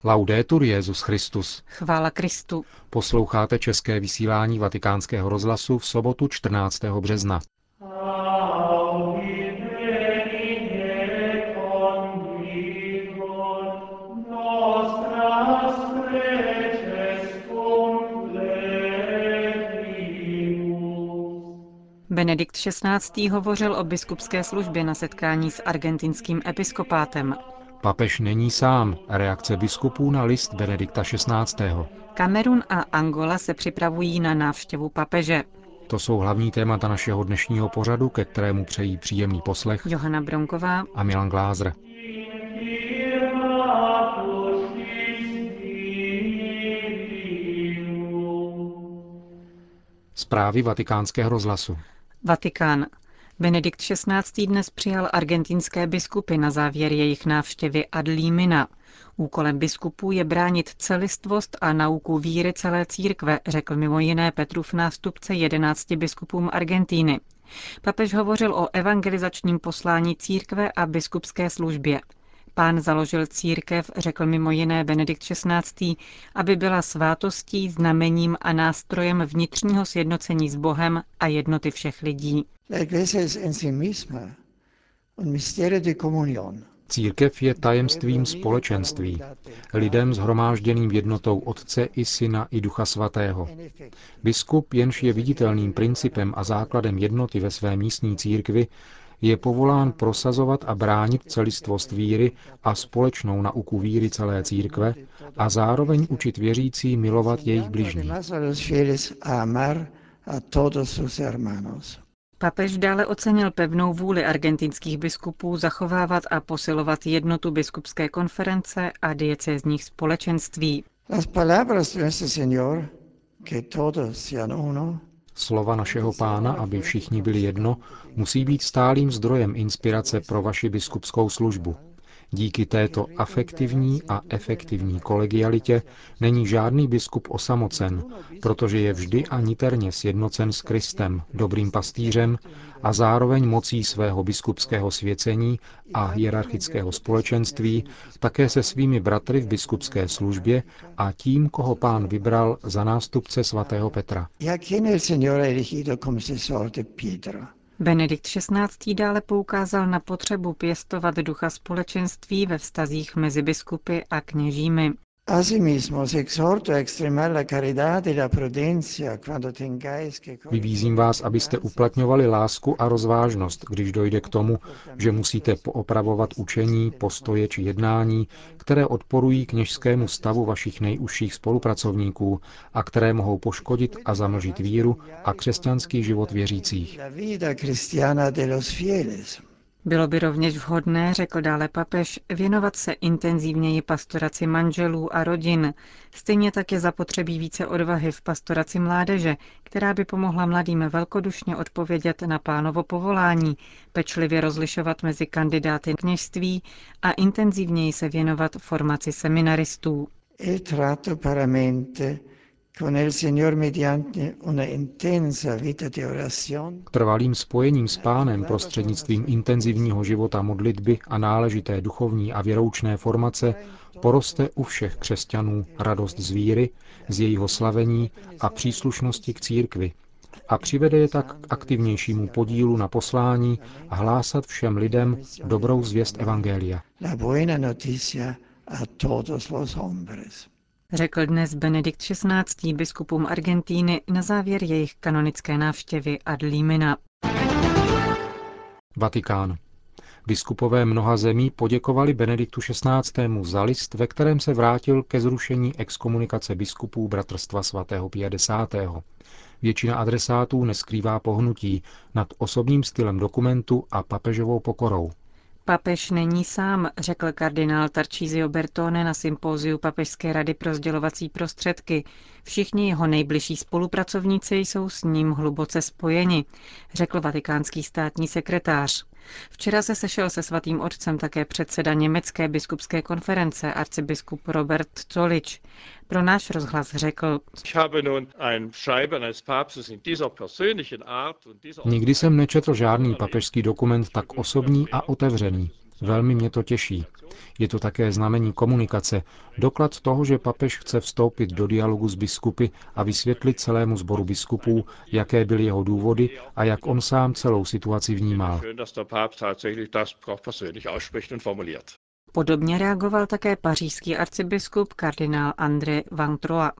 Laudetur Jesus Christus. Chvála Kristu. Posloucháte české vysílání Vatikánského rozhlasu v sobotu 14. března. Benedikt XVI. Hovořil o biskupské službě na setkání s argentinským episkopátem. Papež není sám. Reakce biskupů na list Benedikta XVI. Kamerun a Angola se připravují na návštěvu papeže. To jsou hlavní témata našeho dnešního pořadu, ke kterému přejí příjemný poslech Johana Bronková a Milan Glázer. Zprávy Vatikánského rozhlasu. Vatikán. Benedikt XVI. Dnes přijal argentinské biskupy na závěr jejich návštěvy ad limina. Úkolem biskupů je bránit celistvost a nauku víry celé církve, řekl mimo jiné Petrův nástupce 11 biskupům Argentíny. Papež hovořil o evangelizačním poslání církve a biskupské službě. Pán založil církev, řekl mimo jiné Benedikt XVI., aby byla svátostí, znamením a nástrojem vnitřního sjednocení s Bohem a jednoty všech lidí. Církev je tajemstvím společenství, lidem shromážděným jednotou Otce i Syna i Ducha Svatého. Biskup, jenž je viditelným principem a základem jednoty ve své místní církvi, je povolán prosazovat a bránit celistvost víry a společnou nauku víry celé církve a zároveň učit věřící milovat jejich bližní. Papež dále ocenil pevnou vůli argentinských biskupů zachovávat a posilovat jednotu biskupské konference a diecézních společenství. Slova našeho Pána, aby všichni byli jedno, musí být stálým zdrojem inspirace pro vaši biskupskou službu. Díky této afektivní a efektivní kolegialitě není žádný biskup osamocen, protože je vždy a niterně sjednocen s Kristem, dobrým pastýřem, a zároveň mocí svého biskupského svěcení a hierarchického společenství také se svými bratry v biskupské službě a tím, koho Pán vybral za nástupce svatého Petra. Benedikt XVI. Dále poukázal na potřebu pěstovat ducha společenství ve vztazích mezi biskupy a kněžími. Vybízím vás, abyste uplatňovali lásku a rozvážnost, když dojde k tomu, že musíte poopravovat učení, postoje či jednání, které odporují kněžskému stavu vašich nejužších spolupracovníků a které mohou poškodit a zamlžit víru a křesťanský život věřících. Bylo by rovněž vhodné, řekl dále papež, věnovat se intenzivněji pastoraci manželů a rodin. Stejně tak je zapotřebí více odvahy v pastoraci mládeže, která by pomohla mladým velkodušně odpovědět na Pánovo povolání, pečlivě rozlišovat mezi kandidáty kněžství a intenzivněji se věnovat formaci seminaristů. Trvalým spojením s Pánem prostřednictvím intenzivního života modlitby a náležité duchovní a věroučné formace poroste u všech křesťanů radost z víry, z jejího slavení a příslušnosti k církvi a přivede je tak k aktivnějšímu podílu na poslání hlásat všem lidem dobrou zvěst evangelia. Řekl dnes Benedikt XVI. Biskupům Argentíny na závěr jejich kanonické návštěvy ad limina. Vatikán. Biskupové mnoha zemí poděkovali Benediktu XVI. Za list, ve kterém se vrátil ke zrušení exkomunikace biskupů Bratrstva svatého Pia X. Většina adresátů neskrývá pohnutí nad osobním stylem dokumentu a papežovou pokorou. Papež není sám, řekl kardinál Tarcísio Bertone na sympóziu Papežské rady pro sdělovací prostředky. Všichni jeho nejbližší spolupracovníci jsou s ním hluboce spojeni, řekl vatikánský státní sekretář. Včera se sešel se svatým otcem také předseda německé biskupské konference arcibiskup Robert Zollitsch. Pro náš rozhlas řekl: Nikdy jsem nečetl žádný papežský dokument tak osobní a otevřený. Velmi mě to těší. Je to také znamení komunikace, doklad toho, že papež chce vstoupit do dialogu s biskupy a vysvětlit celému sboru biskupů, jaké byly jeho důvody a jak on sám celou situaci vnímal. Podobně reagoval také pařížský arcibiskup kardinál André Van Troyes.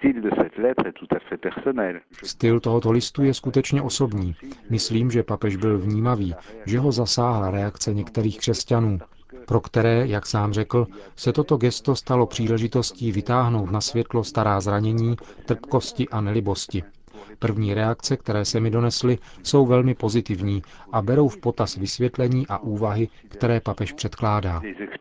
Styl tohoto listu je skutečně osobní. Myslím, že papež byl vnímavý, že ho zasáhla reakce některých křesťanů, pro které, jak sám řekl, se toto gesto stalo příležitostí vytáhnout na světlo stará zranění, trpkosti a nelibosti. První reakce, které se mi donesly, jsou velmi pozitivní a berou v potaz vysvětlení a úvahy, které papež předkládá.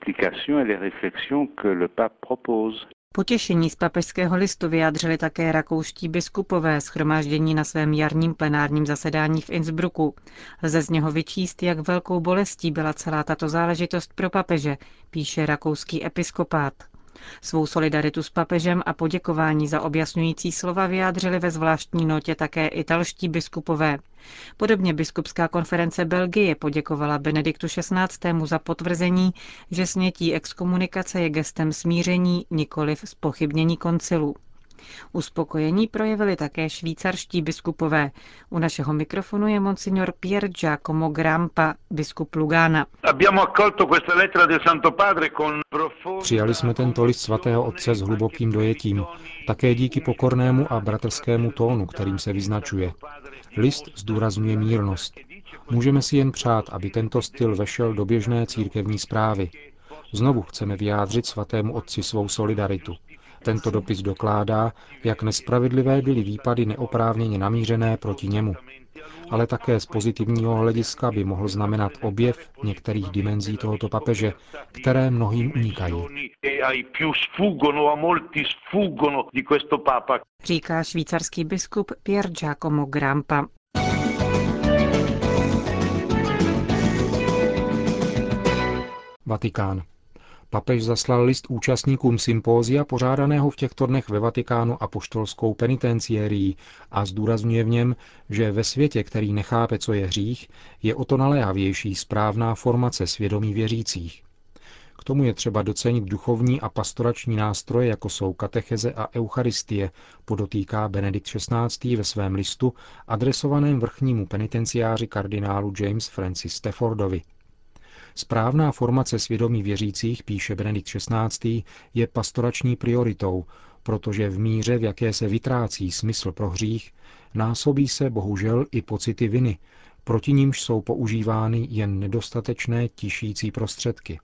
Potěšení z papežského listu vyjádřili také rakouští biskupové shromáždění na svém jarním plenárním zasedání v Innsbrucku. Lze z něho vyčíst, jak velkou bolestí byla celá tato záležitost pro papeže, píše rakouský episkopát. Svou solidaritu s papežem a poděkování za objasňující slova vyjádřili ve zvláštní notě také italští biskupové. Podobně biskupská konference Belgie poděkovala Benediktu XVI. Za potvrzení, že snětí exkomunikace je gestem smíření, nikoliv zpochybnění koncilu. Uspokojení projevili také švýcarští biskupové. U našeho mikrofonu je monsignor Pier Giacomo Grampa, biskup Lugana. Přijali jsme tento list svatého otce s hlubokým dojetím, také díky pokornému a bratrskému tónu, kterým se vyznačuje. List zdůrazňuje mírnost. Můžeme si jen přát, aby tento styl vešel do běžné církevní správy. Znovu chceme vyjádřit svatému otci svou solidaritu. Tento dopis dokládá, jak nespravedlivé byly výpady neoprávněně namířené proti němu. Ale také z pozitivního hlediska by mohl znamenat objev některých dimenzí tohoto papeže, které mnohým unikají. Říká švýcarský biskup Pier Giacomo Grampa. Vatikán. Papež zaslal list účastníkům sympózia pořádaného v těchto dnech ve Vatikánu apoštolskou penitenciérií a zdůrazňuje v něm, že ve světě, který nechápe, co je hřích, je o to naléhavější správná formace svědomí věřících. K tomu je třeba docenit duchovní a pastorační nástroje, jako jsou katecheze a eucharistie, podotýká Benedikt XVI. Ve svém listu adresovaném vrchnímu penitenciáři kardinálu James Francis Staffordovi. Správná formace svědomí věřících, píše Benedikt XVI., je pastorační prioritou, protože v míře, v jaké se vytrácí smysl pro hřích, násobí se bohužel i pocity viny, proti nímž jsou používány jen nedostatečné tišící prostředky.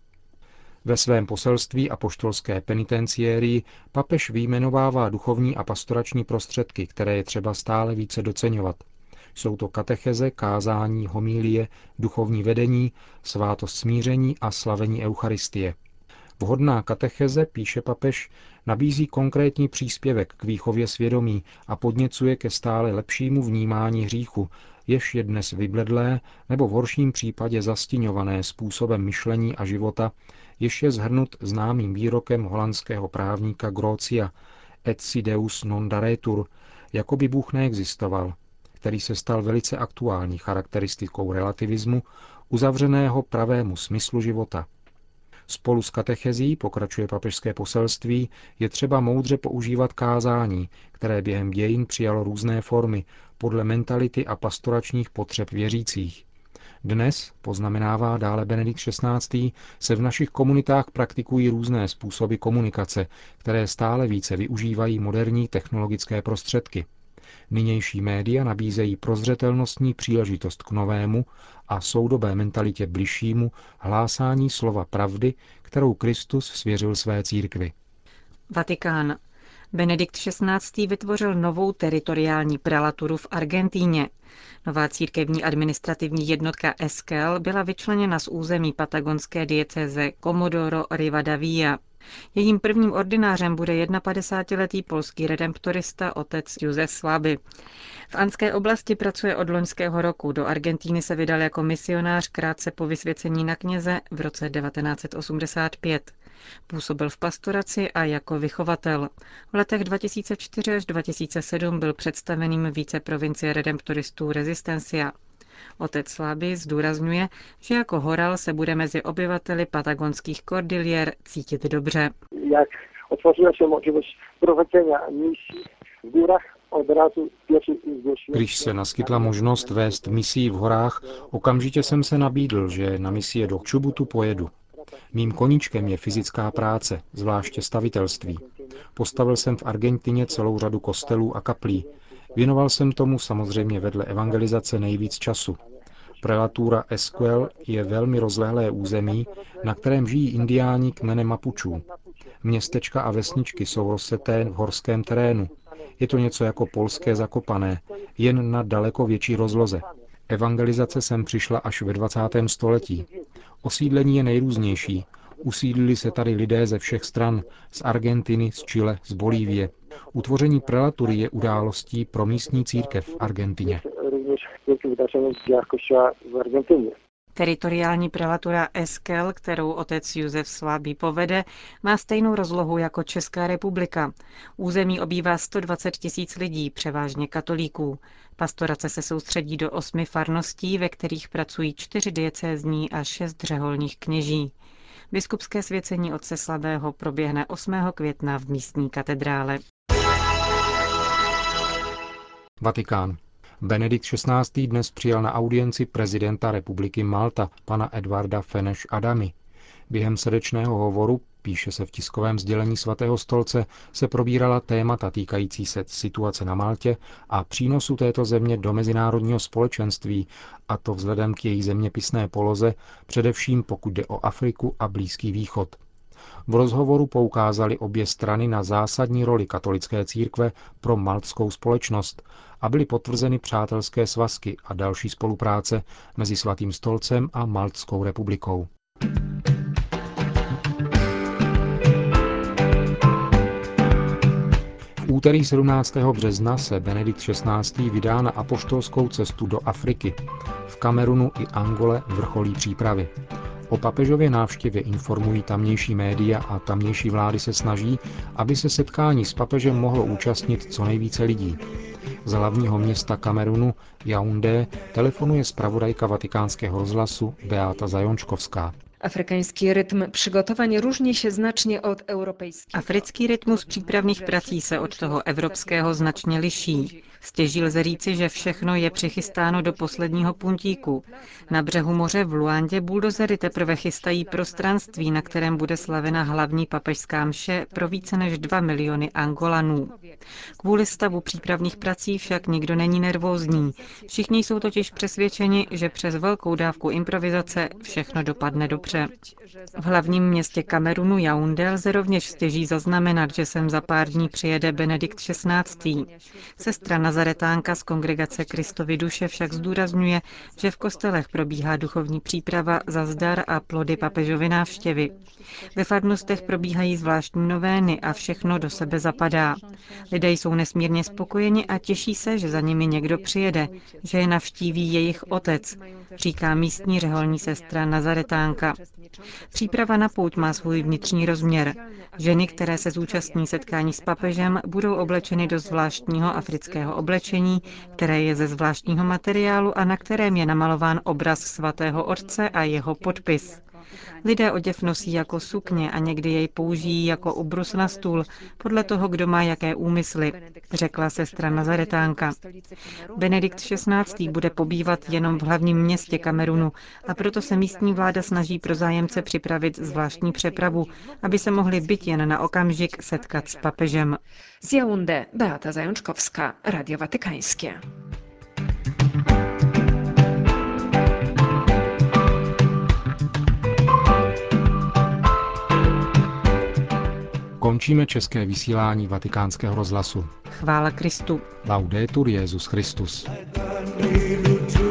Ve svém poselství apoštolské penitenciérii papež vyjmenovává duchovní a pastorační prostředky, které je třeba stále více doceňovat. Jsou to katecheze, kázání, homilie, duchovní vedení, svátost smíření a slavení eucharistie. Vhodná katecheze, píše papež, nabízí konkrétní příspěvek k výchově svědomí a podněcuje ke stále lepšímu vnímání hříchu, jež je dnes vybledlé nebo v horším případě zastíňované způsobem myšlení a života, jež je shrnut známým výrokem holandského právníka Grocia et si Deus non daretur, jako by Bůh neexistoval, který se stal velice aktuální charakteristikou relativismu, uzavřeného pravému smyslu života. Spolu s katechezí, pokračuje papežské poselství, je třeba moudře používat kázání, které během dějin přijalo různé formy, podle mentality a pastoračních potřeb věřících. Dnes, poznamenává dále Benedikt XVI., se v našich komunitách praktikují různé způsoby komunikace, které stále více využívají moderní technologické prostředky. Nynější média nabízejí prozřetelnostní příležitost k novému a soudobé mentalitě bližšímu hlásání slova pravdy, kterou Kristus svěřil své církvi. Vatikán. Benedikt XVI. Vytvořil novou teritoriální prelaturu v Argentíně. Nová církevní administrativní jednotka Esquel byla vyčleněna z území patagonské diecéze Comodoro Rivadavia. Jejím prvním ordinářem bude 51letý polský redemptorista otec Josef Słaby. V andské oblasti pracuje od loňského roku. Do Argentíny se vydal jako misionář krátce po vysvěcení na kněze v roce 1985. Působil v pastoraci a jako vychovatel. V letech 2004 až 2007 byl představeným viceprovincie redemptoristů Resistencia. Otec Slaby zdůrazňuje, že jako horal se bude mezi obyvateli patagonských kordiliér cítit dobře. Jak otworzyła się możliwość prowadzenia misji w górach, od razu pierwszy zgłosiłem. Když se naskytla možnost vést misii v horách, okamžitě jsem se nabídl, že na misie do Čubutu pojedu. Mým koníčkem je fyzická práce, zvláště stavitelství. Postavil jsem v Argentině celou řadu kostelů a kaplí. Věnoval jsem tomu samozřejmě vedle evangelizace nejvíc času. Prelatura Esquel je velmi rozlehlé území, na kterém žijí indiáni kmene Mapučů. Městečka a vesničky jsou rozseté v horském terénu. Je to něco jako polské Zakopané, jen na daleko větší rozloze. Evangelizace sem přišla až ve 20. století. Osídlení je nejrůznější. Usídlili se tady lidé ze všech stran, z Argentiny, z Chile, z Bolívie. Utvoření prelatury je událostí pro místní církev v Argentině. Teritoriální prelatura Esquel, kterou otec Josef Slábí povede, má stejnou rozlohu jako Česká republika. Území obývá 120 000 lidí, převážně katolíků. Pastorace se soustředí do 8 farností, ve kterých pracují 4 diecézní a 6 řeholních kněží. Biskupské svěcení otce Slabého proběhne 8. května v místní katedrále. Vatikán. Benedikt XVI. Dnes přijal na audienci prezidenta republiky Malta, pana Edvarda Feneš Adami. Během srdečného hovoru, píše se v tiskovém sdělení Svatého stolce, se probírala témata týkající se situace na Maltě a přínosu této země do mezinárodního společenství, a to vzhledem k její zeměpisné poloze, především pokud jde o Afriku a Blízký východ. V rozhovoru poukázali obě strany na zásadní roli katolické církve pro maltskou společnost a byly potvrzeny přátelské svazky a další spolupráce mezi Svatým stolcem a Maltskou republikou. V úterý 17. března se Benedikt XVI. Vydá na apoštolskou cestu do Afriky. V Kamerunu i Angole vrcholí přípravy. O papežově návštěvě informují tamnější média a tamnější vlády se snaží, aby se setkání s papežem mohlo účastnit co nejvíce lidí. Z hlavního města Kamerunu, Yaoundé, telefonuje zpravodajka Vatikánského rozhlasu Beata Zajončkovská. Africký rytm přigotování różni się znacznie od europejskiego. Africký rytmus přípravných prací se od toho evropského značně liší. Stěží lze říci, že všechno je přichystáno do posledního puntíku. Na břehu moře v Luandě buldozery teprve chystají prostranství, na kterém bude slavena hlavní papežská mše pro více než 2 miliony Angolanů. Kvůli stavu přípravných prací však nikdo není nervózní. Všichni jsou totiž přesvědčeni, že přes velkou dávku improvizace všechno dopadne dobře. V hlavním městě Kamerunu Yaoundé lze rovněž stěží zaznamenat, že sem za pár dní přijede Benedikt XVI. Sestra Nazaretánka z kongregace Kristovy duše však zdůrazňuje, že v kostelech probíhá duchovní příprava za zdar a plody papežovy návštěvy. Ve farnostech probíhají zvláštní novény a všechno do sebe zapadá. Lidé jsou nesmírně spokojeni a těší se, že za nimi někdo přijede, že je navštíví jejich otec, říká místní řeholní sestra Nazaretánka. Příprava na pouť má svůj vnitřní rozměr. Ženy, které se zúčastní setkání s papežem, budou oblečeny do zvláštního afrického oblečení, které je ze zvláštního materiálu a na kterém je namalován obraz svatého otce a jeho podpis. Lidé oděv nosí jako sukně a někdy jej použijí jako ubrus na stůl, podle toho, kdo má jaké úmysly, řekla sestra Nazaretánka. Benedikt XVI. Bude pobývat jenom v hlavním městě Kamerunu a proto se místní vláda snaží pro zájemce připravit zvláštní přepravu, aby se mohli byť jen na okamžik setkat s papežem. Z Yaoundé Beata Zajączkowska, Radio Watykańskie. Končíme české vysílání Vatikánského rozhlasu. Chvála Kristu. Laudetur Jesus Christus.